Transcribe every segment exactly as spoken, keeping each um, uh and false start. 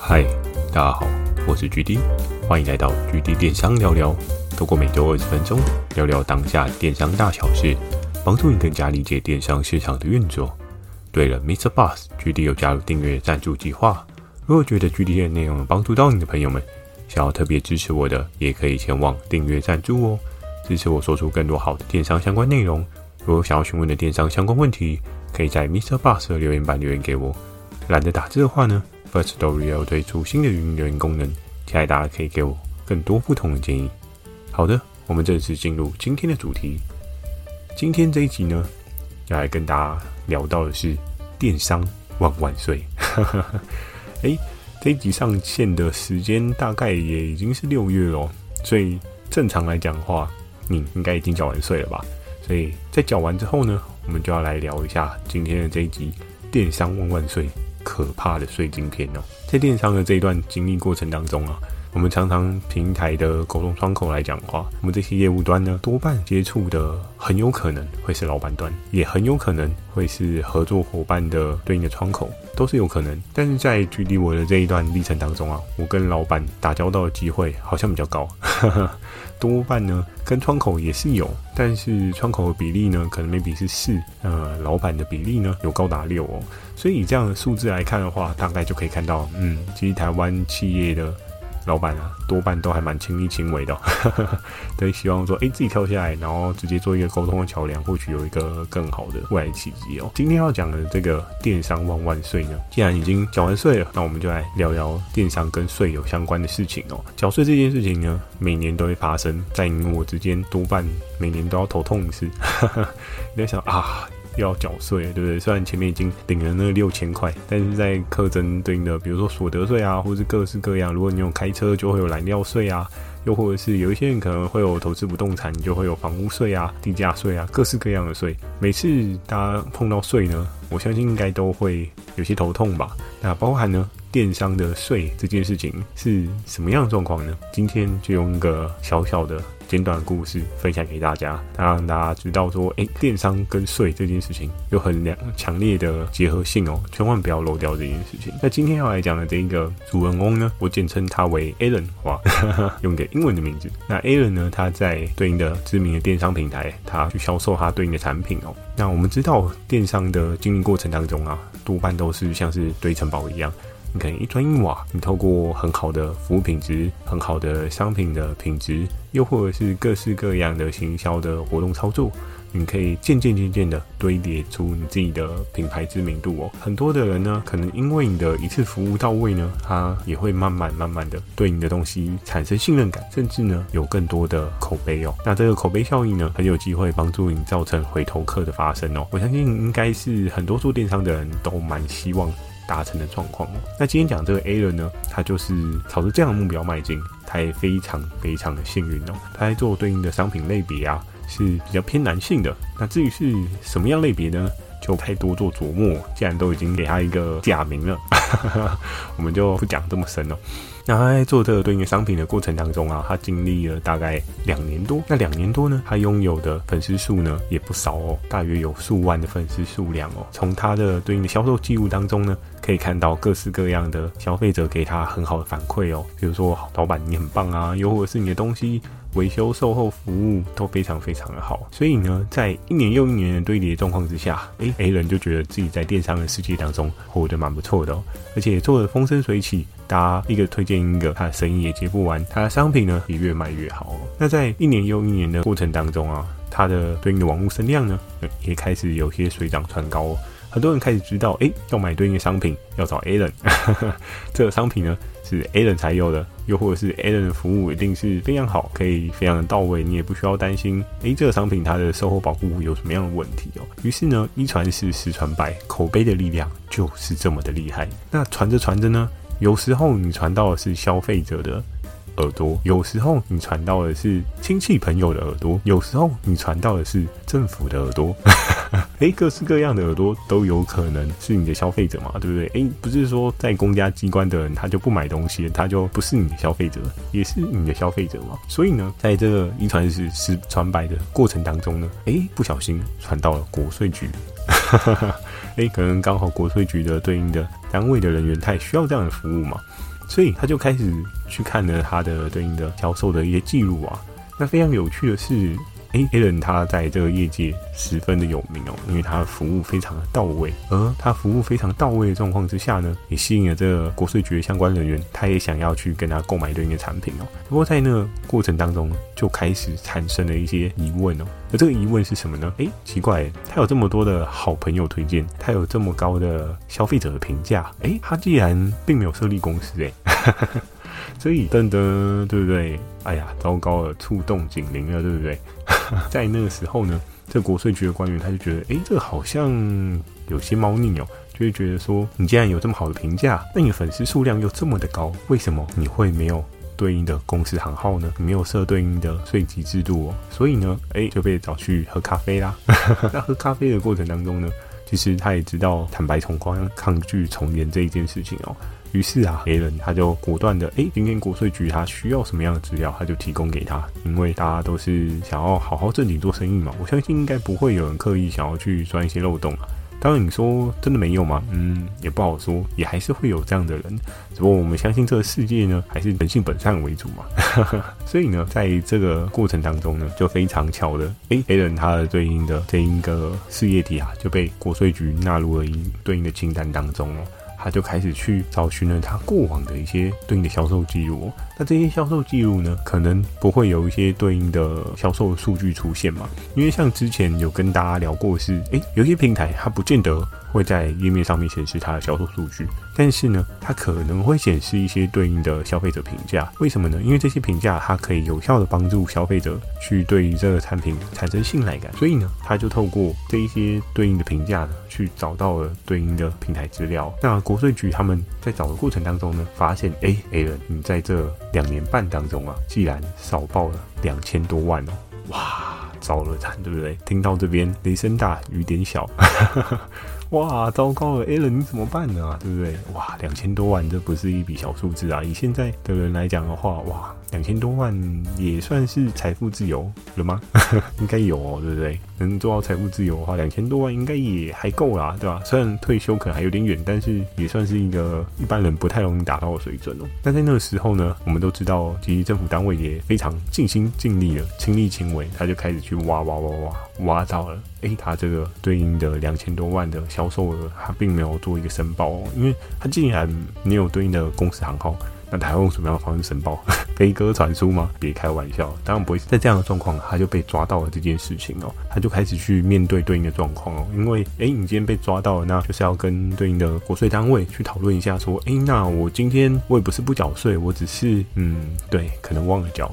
嗨，大家好，我是 G D， 欢迎来到 G D 电商聊聊。透过每周二十分钟，聊聊当下电商大小事，帮助你更加理解电商市场的运作。对了 ，Mister Boss，G D 有加入订阅赞助计划。如果觉得 G D 的内容有帮助到你的朋友们，想要特别支持我的，也可以前往订阅赞助哦，支持我说出更多好的电商相关内容。如果想要询问的电商相关问题，可以在 Mister Boss 的留言板留言给我。懒得打字的话呢 ，Firstory 有推出新的语音留言功能，期待大家可以给我更多不同的建议。好的，我们正式进入今天的主题。今天这一集呢，要来跟大家聊到的是电商万万岁。哎，这一集上线的时间大概也已经是六月了，所以正常来讲的话，你应该已经缴完税了吧？所以在缴完之后呢，我们就要来聊一下今天的这一集电商万万岁，可怕的税金篇哦。在电商的这一段经历过程当中啊，我们常常平台的沟通窗口来讲的话，我们这些业务端呢，多半接触的很有可能会是老板端，也很有可能会是合作伙伴的对应的窗口，都是有可能。但是在距离我的这一段历程当中啊，我跟老板打交道的机会好像比较高，多半呢跟窗口也是有，但是窗口的比例呢，可能 maybe 是四，呃，老板的比例呢有高达六哦。所以以这样的数字来看的话，大概就可以看到，嗯，其实台湾企业的老板啊，多半都还蛮亲力亲为的、哦，对，希望说，哎，自己跳下来，然后直接做一个沟通的桥梁，或许有一个更好的未来契机哦。今天要讲的这个电商万万岁呢，既然已经缴完税了，那我们就来聊聊电商跟税有相关的事情哦。缴税这件事情呢，每年都会发生，在你我之间，多半每年都要头痛一次。你在想啊，要缴税，对不对？虽然前面已经领了那六千块，但是在课征对应的，比如说所得税啊，或是各式各样。如果你有开车，就会有燃料税啊，又或者是有一些人可能会有投资不动产，你就会有房屋税啊、地价税啊，各式各样的税。每次大家碰到税呢，我相信应该都会有些头痛吧。那包含呢，电商的税这件事情是什么样的状况呢？今天就用一个小小的简短的故事分享给大家，让大家知道说，哎，电商跟税这件事情有很两强烈的结合性哦，千万不要漏掉这件事情。那今天要来讲的这一个主人翁呢，我简称他为 Alan， 哇，用一个英文的名字。那 Alan 呢，他在对应的知名的电商平台，他去销售他对应的产品哦。那我们知道，电商的经营过程当中啊，多半都是像是堆城堡一样。你可能一砖一瓦，你透过很好的服务品质、很好的商品的品质，又或者是各式各样的行销的活动操作，你可以渐渐渐渐的堆叠出你自己的品牌知名度哦。很多的人呢，可能因为你的一次服务到位呢，他也会慢慢慢慢的对你的东西产生信任感，甚至呢有更多的口碑哦。那这个口碑效应呢，很有机会帮助你造成回头客的发生哦。我相信应该是很多做电商的人都蛮希望达成的状况哦。那今天讲这个 Alan 呢，他就是朝着这样的目标迈进，他也非常非常的幸运哦。他在做对应的商品类别啊，是比较偏男性的。那至于是什么样类别呢，就太多做琢磨，既然都已经给他一个假名了，我们就不讲这么深哦。那他在做这个对应的商品的过程当中啊，他经历了大概两年多。那两年多呢，他拥有的粉丝数呢也不少哦，大约有数万的粉丝数量哦。从他的对应的销售记录当中呢，可以看到各式各样的消费者给他很好的反馈哦，比如说老板你很棒啊，又或者是你的东西维修售后服务都非常非常的好。所以呢，在一年又一年的堆叠状况之下，诶 A 人就觉得自己在电商的世界当中活得蛮不错的哦，而且做得风生水起，大家一个推荐一个，他的生意也接不完，他的商品呢也越卖越好哦。那在一年又一年的过程当中啊，他的对应的网络声量呢也开始有些水涨船高哦。很多人开始知道，诶，要买对应的商品要找 Alan， 这个商品呢是 Alan 才有的，又或者是 Alan 的服务一定是非常好，可以非常的到位，你也不需要担心，诶，这个商品它的售后保护有什么样的问题哦。于是呢，一传十，十传百，口碑的力量就是这么的厉害。那传着传着呢，有时候你传到的是消费者的耳朵，有时候你传到的是亲戚朋友的耳朵，有时候你传到的是政府的耳朵。诶，各式各样的耳朵都有可能是你的消费者嘛，对不对？诶，不是说在公家机关的人他就不买东西，他就不是你的消费者，也是你的消费者嘛。所以呢，在这个一传十，十传百的过程当中呢，诶，不小心传到了国税局。诶，可能刚好国税局的对应的单位的人员他也需要这样的服务嘛。 所以他就开始去看了他的对应的销售的一些记录啊。那非常有趣的是，诶 Alan 他在这个业界十分的有名哦，因为他的服务非常的到位，而他服务非常到位的状况之下呢，也吸引了这个国税局的相关人员，他也想要去跟他购买对应的产品哦。不过在那个过程当中，就开始产生了一些疑问哦。而这个疑问是什么呢？诶，奇怪，他有这么多的好朋友推荐，他有这么高的消费者的评价，诶，他既然并没有设立公司，诶。所以噔噔，对不对？哎呀，糟糕了，触动警铃了，对不对？在那个时候呢，这国税局的官员他就觉得，哎，这个好像有些猫腻哦，就会觉得说，你既然有这么好的评价，那你的粉丝数量又这么的高，为什么你会没有对应的公司行号呢？你没有设对应的税籍制度哦，所以呢，哎，就被找去喝咖啡啦。那喝咖啡的过程当中呢，其实他也知道坦白从宽、抗拒从严这一件事情哦。于是啊 ，Alan 他就果断的，哎，今天国税局他需要什么样的资料，他就提供给他，因为大家都是想要好好正经做生意嘛，我相信应该不会有人刻意想要去钻一些漏洞啊。当然你说真的没有吗？嗯，也不好说，也还是会有这样的人。只不过我们相信这个世界呢，还是人性本善为主嘛。所以呢，在这个过程当中呢，就非常巧的，诶 Alan 他的对应的这一个事业体啊，就被国税局纳入了一对应的清单当中哦。他就开始去找寻了他过往的一些对应的销售记录哦。那这些销售记录呢，可能不会有一些对应的销售数据出现嘛？因为像之前有跟大家聊过是，诶，有些平台它不见得会在页面上面显示它的销售数据，但是呢，它可能会显示一些对应的消费者评价。为什么呢？因为这些评价它可以有效的帮助消费者去对于这个产品产生信赖感，所以呢，他就透过这一些对应的评价呢，去找到了对应的平台资料。那国税局他们在找的过程当中呢，发现，诶 Alan 你在这两年半当中啊，既然少报了两千多万哦，哇，糟了惨，对不对？听到这边雷声大雨点小。哇，糟糕了 ，Alan 你怎么办呢？对不对？哇，两千多万这不是一笔小数字啊！以现在的人来讲的话，哇，两千多万也算是财富自由了吗？应该有哦，对不对？能做到财富自由的话，两千多万应该也还够啦，对吧？虽然退休可能还有点远，但是也算是一个一般人不太容易达到的水准哦。那在那个时候呢，我们都知道，其实政府单位也非常尽心尽力了，亲力亲为，他就开始去挖挖挖挖挖到了，诶，他这个对应的两千多万的销售额，他并没有做一个申报哦，因为他既然没有对应的公司行号，那他用什么样的方式申报？飞鸽传书吗？别开玩笑，当然不会。在这样的状况，他就被抓到了这件事情哦，他就开始去面对对应的状况哦。因为，诶，你今天被抓到了，那就是要跟对应的国税单位去讨论一下，说，诶，那我今天我也不是不缴税，我只是，嗯，对，可能忘了缴。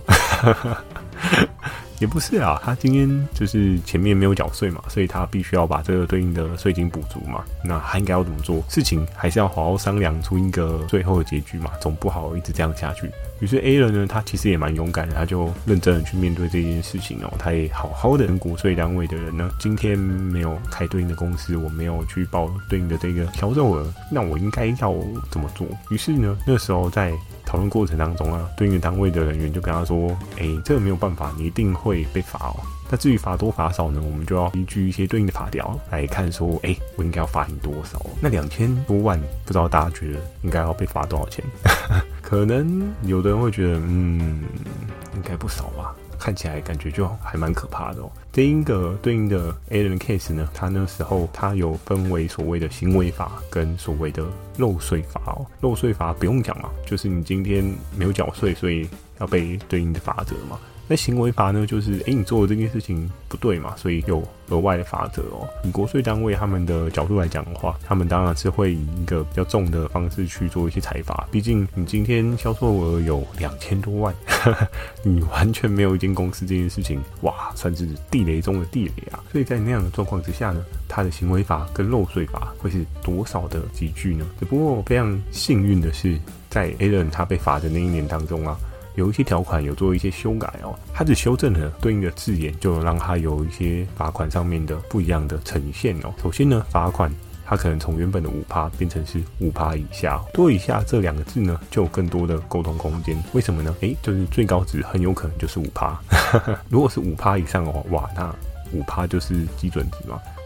也不是啊，他今天就是前面没有缴税嘛，所以他必须要把这个对应的税金补足嘛。那他应该要怎么做？事情还是要好好商量出一个最后的结局嘛，总不好一直这样下去。于是 A 人呢，他其实也蛮勇敢的，他就认真的去面对这件事情哦。他也好好的跟国税单位的人呢，今天没有开对应的公司，我没有去报对应的这个销售额，那我应该要怎么做？于是呢，那时候在讨论过程当中啊，对应的单位的人员就跟他说：“哎，这个没有办法，你一定会被罚哦。那至于罚多罚少呢，我们就要依据一些对应的法条来看，说，哎，我应该要罚你多少？那两千多万，不知道大家觉得应该要被罚多少钱？可能有的人会觉得，嗯，应该不少吧。”看起来感觉就还蛮可怕的哦。这一个对应的 A 人 case 呢，他那时候他有分为所谓的行为法跟所谓的漏税法哦。漏税法不用讲嘛，就是你今天没有缴税，所以要被对应的罚则嘛。那行为法呢，就是诶你做的这件事情不对嘛，所以有额外的罚则哦。以国税单位他们的角度来讲的话，他们当然是会以一个比较重的方式去做一些裁罚。毕竟你今天销售额有两千多万，你完全没有一间公司这件事情，哇，算是地雷中的地雷啊！所以在那样的状况之下呢，他的行为法跟漏税法会是多少的集聚呢？只不过非常幸运的是，在 Alan 他被罚的那一年当中啊，有一些条款有做一些修改哦，它只修正了对应的字眼，就让它有一些罚款上面的不一样的呈现哦。首先呢，罚款它可能从原本的 百分之五 变成是 百分之五 以下，多以下这两个字呢，就有更多的沟通空间。为什么呢？诶，就是最高值很有可能就是 百分之五。如果是 百分之五 以上的话，哇，那 百分之五 就是基准值嘛。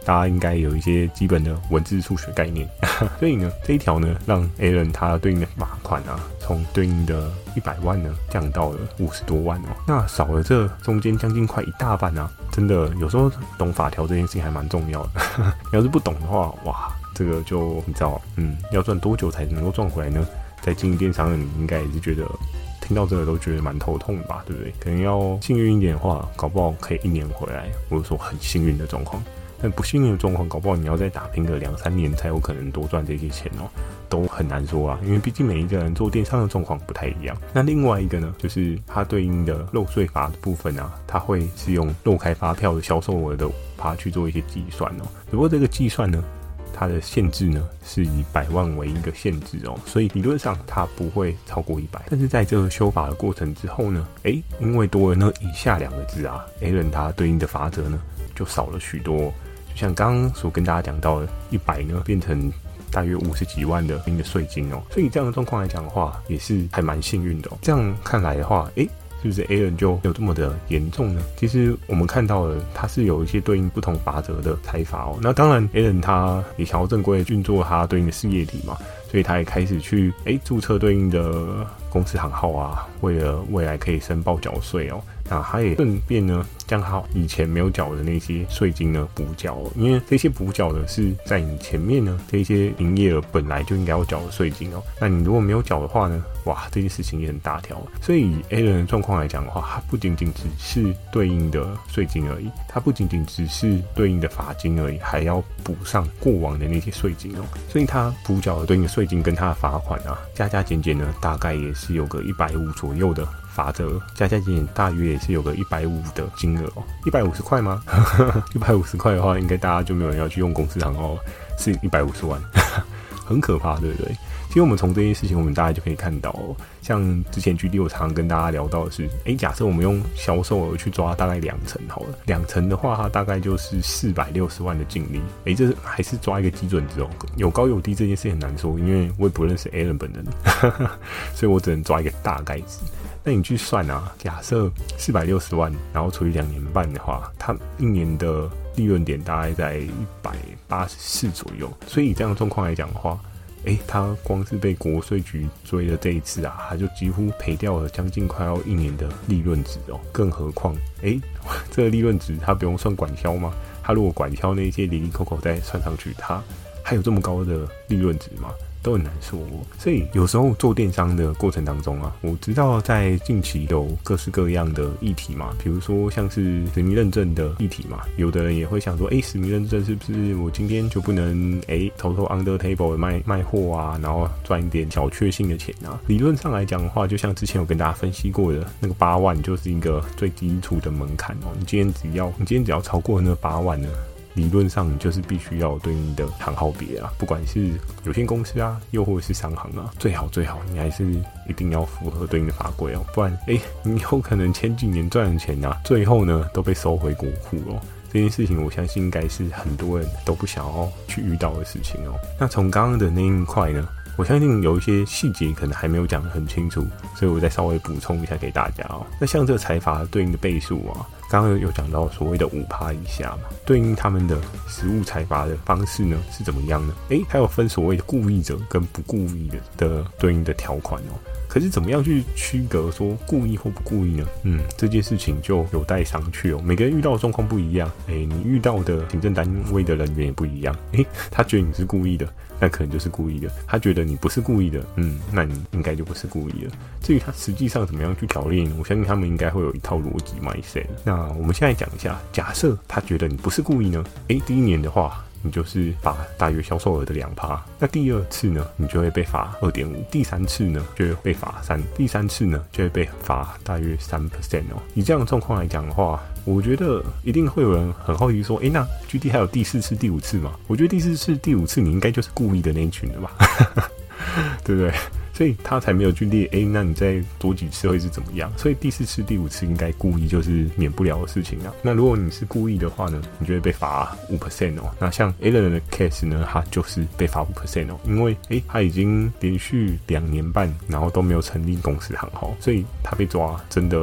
大家应该有一些基本的文字数学概念。所以呢，这一条呢，让 Alan 他对应的罚款啊，从对应的一百万呢降到了五十多万哦。那少了这中间将近快一大半啊，真的有时候懂法条这件事情还蛮重要的。要是不懂的话，哇，这个就你知道，嗯，要赚多久才能够赚回来呢？在经营电商的你应该也是觉得听到这个都觉得蛮头痛的吧，对不对？可能要幸运一点的话，搞不好可以一年回来，或者说很幸运的状况。但不幸运的状况，搞不好你要再打拼个两三年才有可能多赚这些钱哦，都很难说啊。因为毕竟每一个人做电商的状况不太一样。那另外一个呢，就是它对应的漏税法的部分啊，它会是用漏开发票的销售额的它去做一些计算哦。不过这个计算呢，它的限制呢是以百万为一个限制哦，所以理论上它不会超过一百。但是在这个修法的过程之后呢，诶，因为多了那以下两个字啊 ，Alan 它对应的罚则呢就少了许多。就像刚刚所跟大家讲到的，一百呢变成大约五十几万的新的税金哦，所以这样的状况来讲的话，也是还蛮幸运的哦。这样看来的话，诶。是不是 Alan 就有这么的严重呢？其实我们看到了，它是有一些对应不同法则的裁罚哦。那当然 ，Alan 他也想要正规的运作他对应的事业体嘛，所以他也开始去哎注册对应的公司行号啊，为了未来可以申报缴税哦。那他也顺便呢，将他以前没有缴的那些税金呢补缴哦，因为这些补缴的是在你前面呢这些营业额本来就应该要缴的税金哦。那你如果没有缴的话呢，哇，这件事情也很大条。所以以 Alan 的状况来讲的话，它不仅仅只是对应的税金而已，它不仅仅只是对应的罚金而已，还要补上过往的那些税金哦。所以他补缴的对应的税金跟他的罚款啊，加加减减呢，大概也是有个一百五左右的。罚则加加减减大约也是有个一百五的金额哦，一百五十块吗？一百五十块的话，应该大家就没有人要去用公司行号，是一百五十万，很可怕，对不对？其实我们从这件事情，我们大家就可以看到哦，像之前 G D 我常常跟大家聊到的是，哎，假设我们用销售额去抓大概两成好了，两成的话，它大概就是四百六十万的净利，哎，这还是抓一个基准值哦，有高有低这件事很难说，因为我也不认识 Alan 本人，所以我只能抓一个大概值。那你去算啊，假设四百六十万，然后除以两年半的话，它一年的利润点大概在一百八十四左右。所以以这样的状况来讲的话，诶，他光是被国税局追的这一次啊，他就几乎赔掉了将近快要一年的利润值哦。更何况，诶，这个利润值他不用算管销吗？他如果管销那些零零扣扣再算上去，他还有这么高的利润值吗？都很难说哦。所以有时候做电商的过程当中啊，我知道在近期有各式各样的议题嘛，比如说像是实名认证的议题嘛，有的人也会想说，哎，实名认证是不是我今天就不能哎偷偷 under table 的卖卖货啊，然后赚一点小确幸的钱啊？理论上来讲的话，就像之前有跟大家分析过的那个八万，就是一个最基础的门槛哦。你今天只要你今天只要超过那八万呢，理论上你就是必须要有对应的行号别啊，不管是有限公司啊，又或者是商行啊，最好最好你还是一定要符合对应的法规哦，不然哎，你有可能前几年赚的钱啊，最后呢都被收回国库哦。这件事情我相信应该是很多人都不想要去遇到的事情哦。那从刚刚的那一块呢，我相信有一些细节可能还没有讲得很清楚，所以我再稍微补充一下给大家哦。那像这个财阀对应的倍数啊，刚刚有讲到所谓的 百分之五 以下嘛，对应他们的实物财阀的方式呢是怎么样呢？诶，还有分所谓的故意者跟不故意的的对应的条款哦。可是怎么样去区隔说故意或不故意呢？嗯，这件事情就有待商榷哦。每个人遇到的状况不一样，诶，你遇到的行政单位的人员也不一样。诶，他觉得你是故意的，那可能就是故意的；他觉得你不是故意的，嗯，那你应该就不是故意的。至于他实际上怎么样去条例，我相信他们应该会有一套逻辑 mindset。那我们现在讲一下，假设他觉得你不是故意呢？诶，第一年的话，你就是罚大约销售额的 百分之二， 那第二次呢，你就会被罚 二点五， 第三次呢就会被罚三，第三次呢就会被罚大约 百分之三 哦。以这样的状况来讲的话，我觉得一定会有人很好奇说，诶，那 G D 还有第四次、第五次吗？我觉得第四次、第五次你应该就是故意的那一群了吧，对不对？所以他才没有去列，哎，那你再多几次会是怎么样？所以第四次、第五次应该故意就是免不了的事情啊。那如果你是故意的话呢，你就会被罚 百分之五 哦。那像 Alan 的 case 呢，他就是被罚 百分之五 哦，因为哎，他已经连续两年半，然后都没有成立公司行号，所以他被抓真的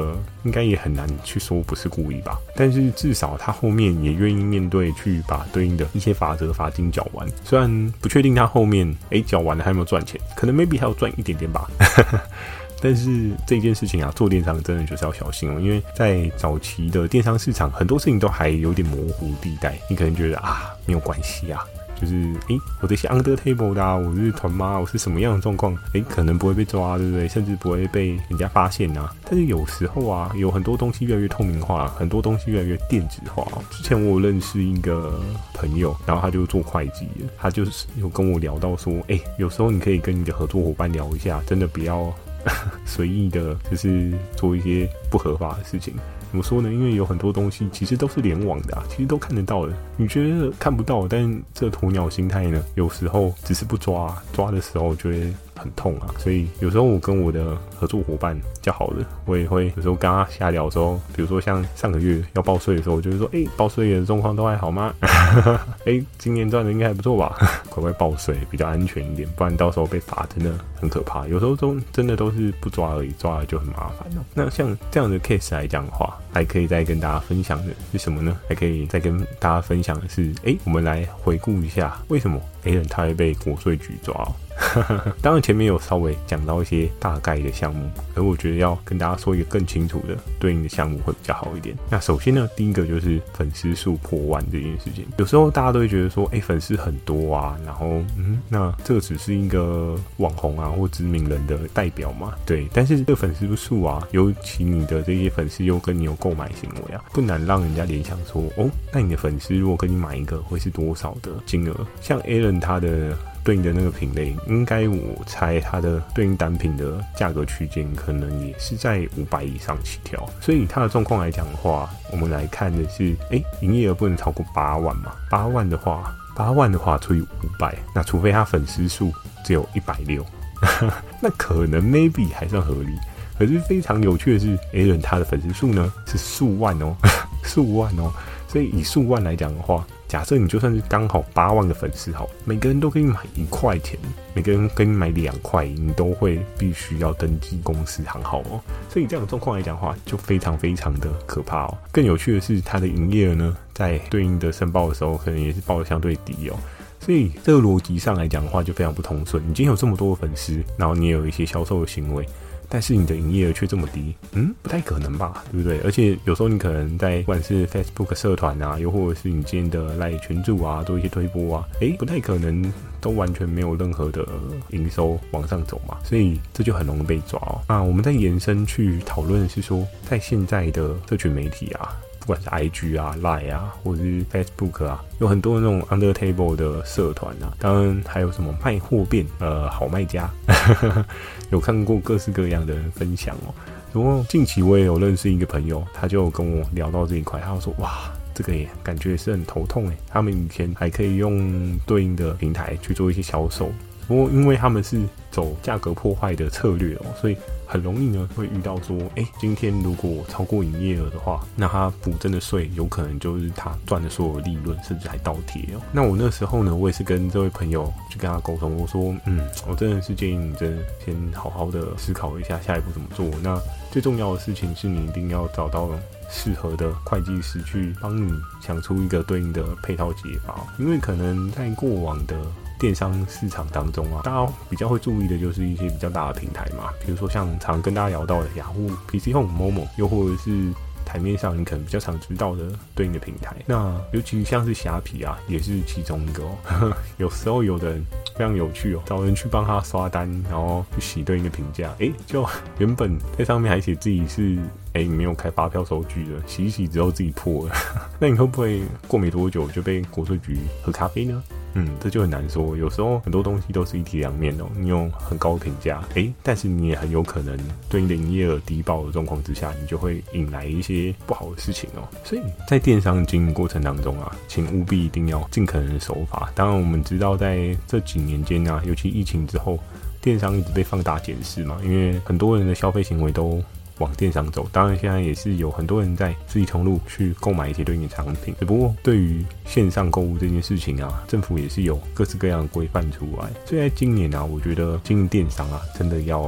应该也很难去说不是故意吧。但是至少他后面也愿意面对，去把对应的一些法则罚金缴完。虽然不确定他后面哎缴完了还有没有赚钱，可能 maybe 还有赚一点点吧。但是这件事情啊，做电商真的就是要小心哦，因为在早期的电商市场，很多事情都还有点模糊地带。你可能觉得啊，没有关系啊，就是诶，我这些 under table 的啊，我是团妈，我是什么样的状况，诶，可能不会被抓，对不对？甚至不会被人家发现啊。但是有时候啊，有很多东西越来越透明化，很多东西越来越电子化。之前我有认识一个朋友，然后他就做会计的，他就是有跟我聊到说，诶，有时候你可以跟你的合作伙伴聊一下，真的不要随意的，就是做一些不合法的事情。怎么说呢？因为有很多东西其实都是联网的啊，其实都看得到的。你觉得看不到，但这鸵鸟心态呢，有时候只是不抓，抓的时候就会很痛啊。所以有时候我跟我的合作伙伴较好的，我也会有时候跟他瞎聊的时候，比如说像上个月要报税的时候，我就会说，哎、欸，报税的状况都还好吗？哎、欸，今年赚的应该还不错吧？乖乖报税比较安全一点，不然到时候被罚真的很可怕。有时候都真的都是不抓而已，抓了就很麻烦了。那像这样的 case 来讲的话，还可以再跟大家分享的是什么呢？还可以再跟大家分享的是，哎、欸，我们来回顾一下为什么 A 人他会被国税局抓哦。当然前面有稍微讲到一些大概的项目，而我觉得要跟大家说一个更清楚的对应的项目会比较好一点。那首先呢，第一个就是粉丝数破万这件事情。有时候大家都会觉得说，哎、欸，粉丝很多啊，然后嗯，那这个只是一个网红啊或知名人的代表嘛，对。但是这个粉丝数啊，尤其你的这些粉丝又跟你有购买行为啊，不难让人家联想说，哦，那你的粉丝如果跟你买一个会是多少的金额？像 Alan 他的对应的那个品类，应该我猜它的对应单品的价格区间可能也是在五百以上起跳，所以它的状况来讲的话，我们来看的是，哎，营业额不能超过八万嘛？八万的话，八万的话除以五百，那除非他粉丝数只有一百六，那可能 maybe 还算合理。可是非常有趣的是 ，A 人他的粉丝数呢是数万哦，数万哦，所以以数万来讲的话。假设你就算是刚好八万个粉丝好，每个人都给你买一块钱，每个人给你买两块，你都会必须要登记公司行号哦。所以这样的状况来讲的话，就非常非常的可怕哦。更有趣的是，它的营业额呢，在对应的申报的时候，可能也是报的相对低哦。所以这个逻辑上来讲的话，就非常不通顺。你今天有这么多的粉丝，然后你也有一些销售的行为。但是你的营业额却这么低，嗯，不太可能吧，对不对？而且有时候你可能在不管是 Facebook 社团啊，又或者是你今天的 LINE 群组啊，做一些推播啊，诶，不太可能都完全没有任何的营收往上走嘛，所以这就很容易被抓哦。那我们再延伸去讨论的是说，在现在的社群媒体啊。不管是 I G 啊、Line 啊，或者是 Facebook 啊，有很多那种 under table 的社团啊，当然还有什么卖货店、呃好卖家，有看过各式各样的人分享哦。不过近期我也有认识一个朋友，他就跟我聊到这一块，他就说哇。这个也感觉是很头痛诶，他们以前还可以用对应的平台去做一些销售，不过因为他们是走价格破坏的策略哦，所以很容易呢会遇到说，哎，今天如果超过营业额的话，那他补征的税有可能就是他赚的所有利润，甚至还倒贴哦。那我那时候呢，我也是跟这位朋友去跟他沟通，我说，嗯，我真的是建议你真的先好好的思考一下下一步怎么做。那最重要的事情是你一定要找到适合的会计师去帮你想出一个对应的配套解法，因为可能在过往的电商市场当中啊，大家比较会注意的就是一些比较大的平台嘛，比如说像常跟大家聊到的雅虎、P C Home、Momo， 又或者是台面上你可能比较常知道的对应的平台。那尤其像是虾皮啊，也是其中一个哦。有时候有的人非常有趣哦，找人去帮他刷单，然后去洗对应的评价，哎，就原本在上面还写自己是哎没有开发票收据的，洗一洗之后自己破了，那你会不会过没多久就被国税局喝咖啡呢？嗯，这就很难说。有时候很多东西都是一体两面哦。你有很高的评价，诶，但是你也很有可能对你的营业额低报的状况之下，你就会引来一些不好的事情哦。所以在电商经营过程当中啊，请务必一定要尽可能的守法。当然，我们知道在这几年间啊，尤其疫情之后，电商一直被放大检视嘛，因为很多人的消费行为都往电商走，当然现在也是有很多人在实体通路去购买一些对应的产品，只不过对于线上购物这件事情啊，政府也是有各式各样的规范出来。所以在今年啊，我觉得经营电商啊，真的要很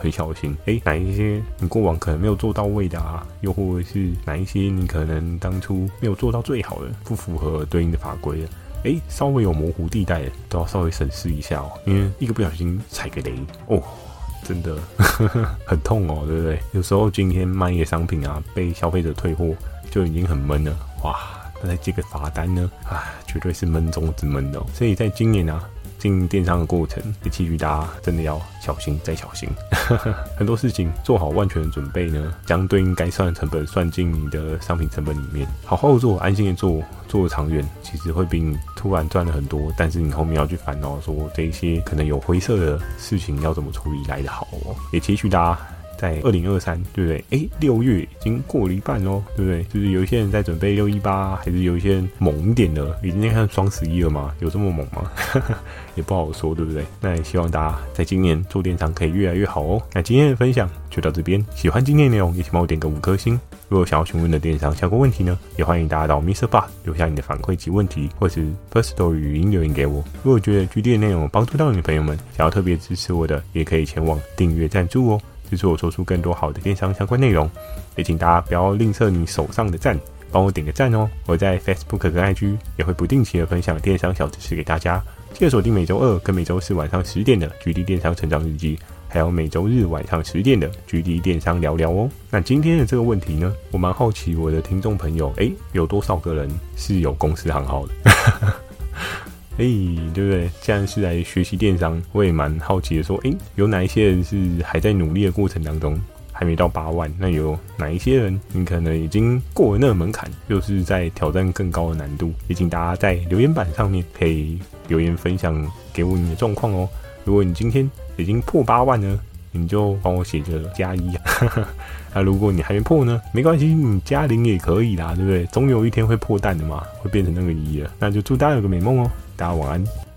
很小心，哎，哪一些你过往可能没有做到位的啊，又或者是哪一些你可能当初没有做到最好的，不符合对应的法规的，哎，稍微有模糊地带的，都要稍微审视一下哦，因为一个不小心踩个雷哦。真的很痛哦，对不对？有时候今天卖一个商品啊，被消费者退货就已经很闷了，哇，那再接个罚单呢，啊，绝对是闷中之闷的哦。所以在今年啊，经营电商的过程，也期许大家真的要小心再小心。很多事情做好万全的准备呢，将对应该算的成本算进你的商品成本里面，好好做，安心的做，做长远，其实会比你突然赚了很多，但是你后面要去烦恼说这一些可能有灰色的事情要怎么处理来得好哦。也期许大家在二零二三，对不对？哎，六月已经过了一半咯，对不对？就是有一些人在准备六一八，还是有一些人猛一点的，已经在看双十一了吗？有这么猛吗？也不好说，对不对？那也希望大家在今年做电商可以越来越好哦。那今天的分享就到这边，喜欢今天的内容也请帮我点个五颗星。如果想要询问的电商相关问题呢，也欢迎大家到 MixerBox 留下你的反馈及问题，或是 Firstory 语音留言给我。如果觉得 G D 的内容有帮助到你的朋友们，想要特别支持我的，也可以前往订阅赞助哦，支持我做出更多好的电商相关内容。也请大家不要吝啬你手上的赞，帮我点个赞哦。我在 Facebook 跟 I G 也会不定期的分享电商小知识给大家，记得锁定每周二跟每周四晚上十点的 G D 电商成长日记，还有每周日晚上十点的 G D 电商聊聊哦。那今天的这个问题呢，我蛮好奇我的听众朋友，诶，有多少个人是有公司行号的？哎、欸，对不对？既然是来学习电商，我也蛮好奇的说，哎、欸，有哪一些人是还在努力的过程当中，还没到八万？那有哪一些人，你可能已经过了那个门槛，又是在挑战更高的难度？也请大家在留言板上面可以留言分享给我你的状况哦。如果你今天已经破八万呢，你就帮我写着加一啊。那如果你还没破呢，没关系，你加零也可以啦，对不对？总有一天会破蛋的嘛，会变成那个一了。那就祝大家有个美梦哦，大家晚安。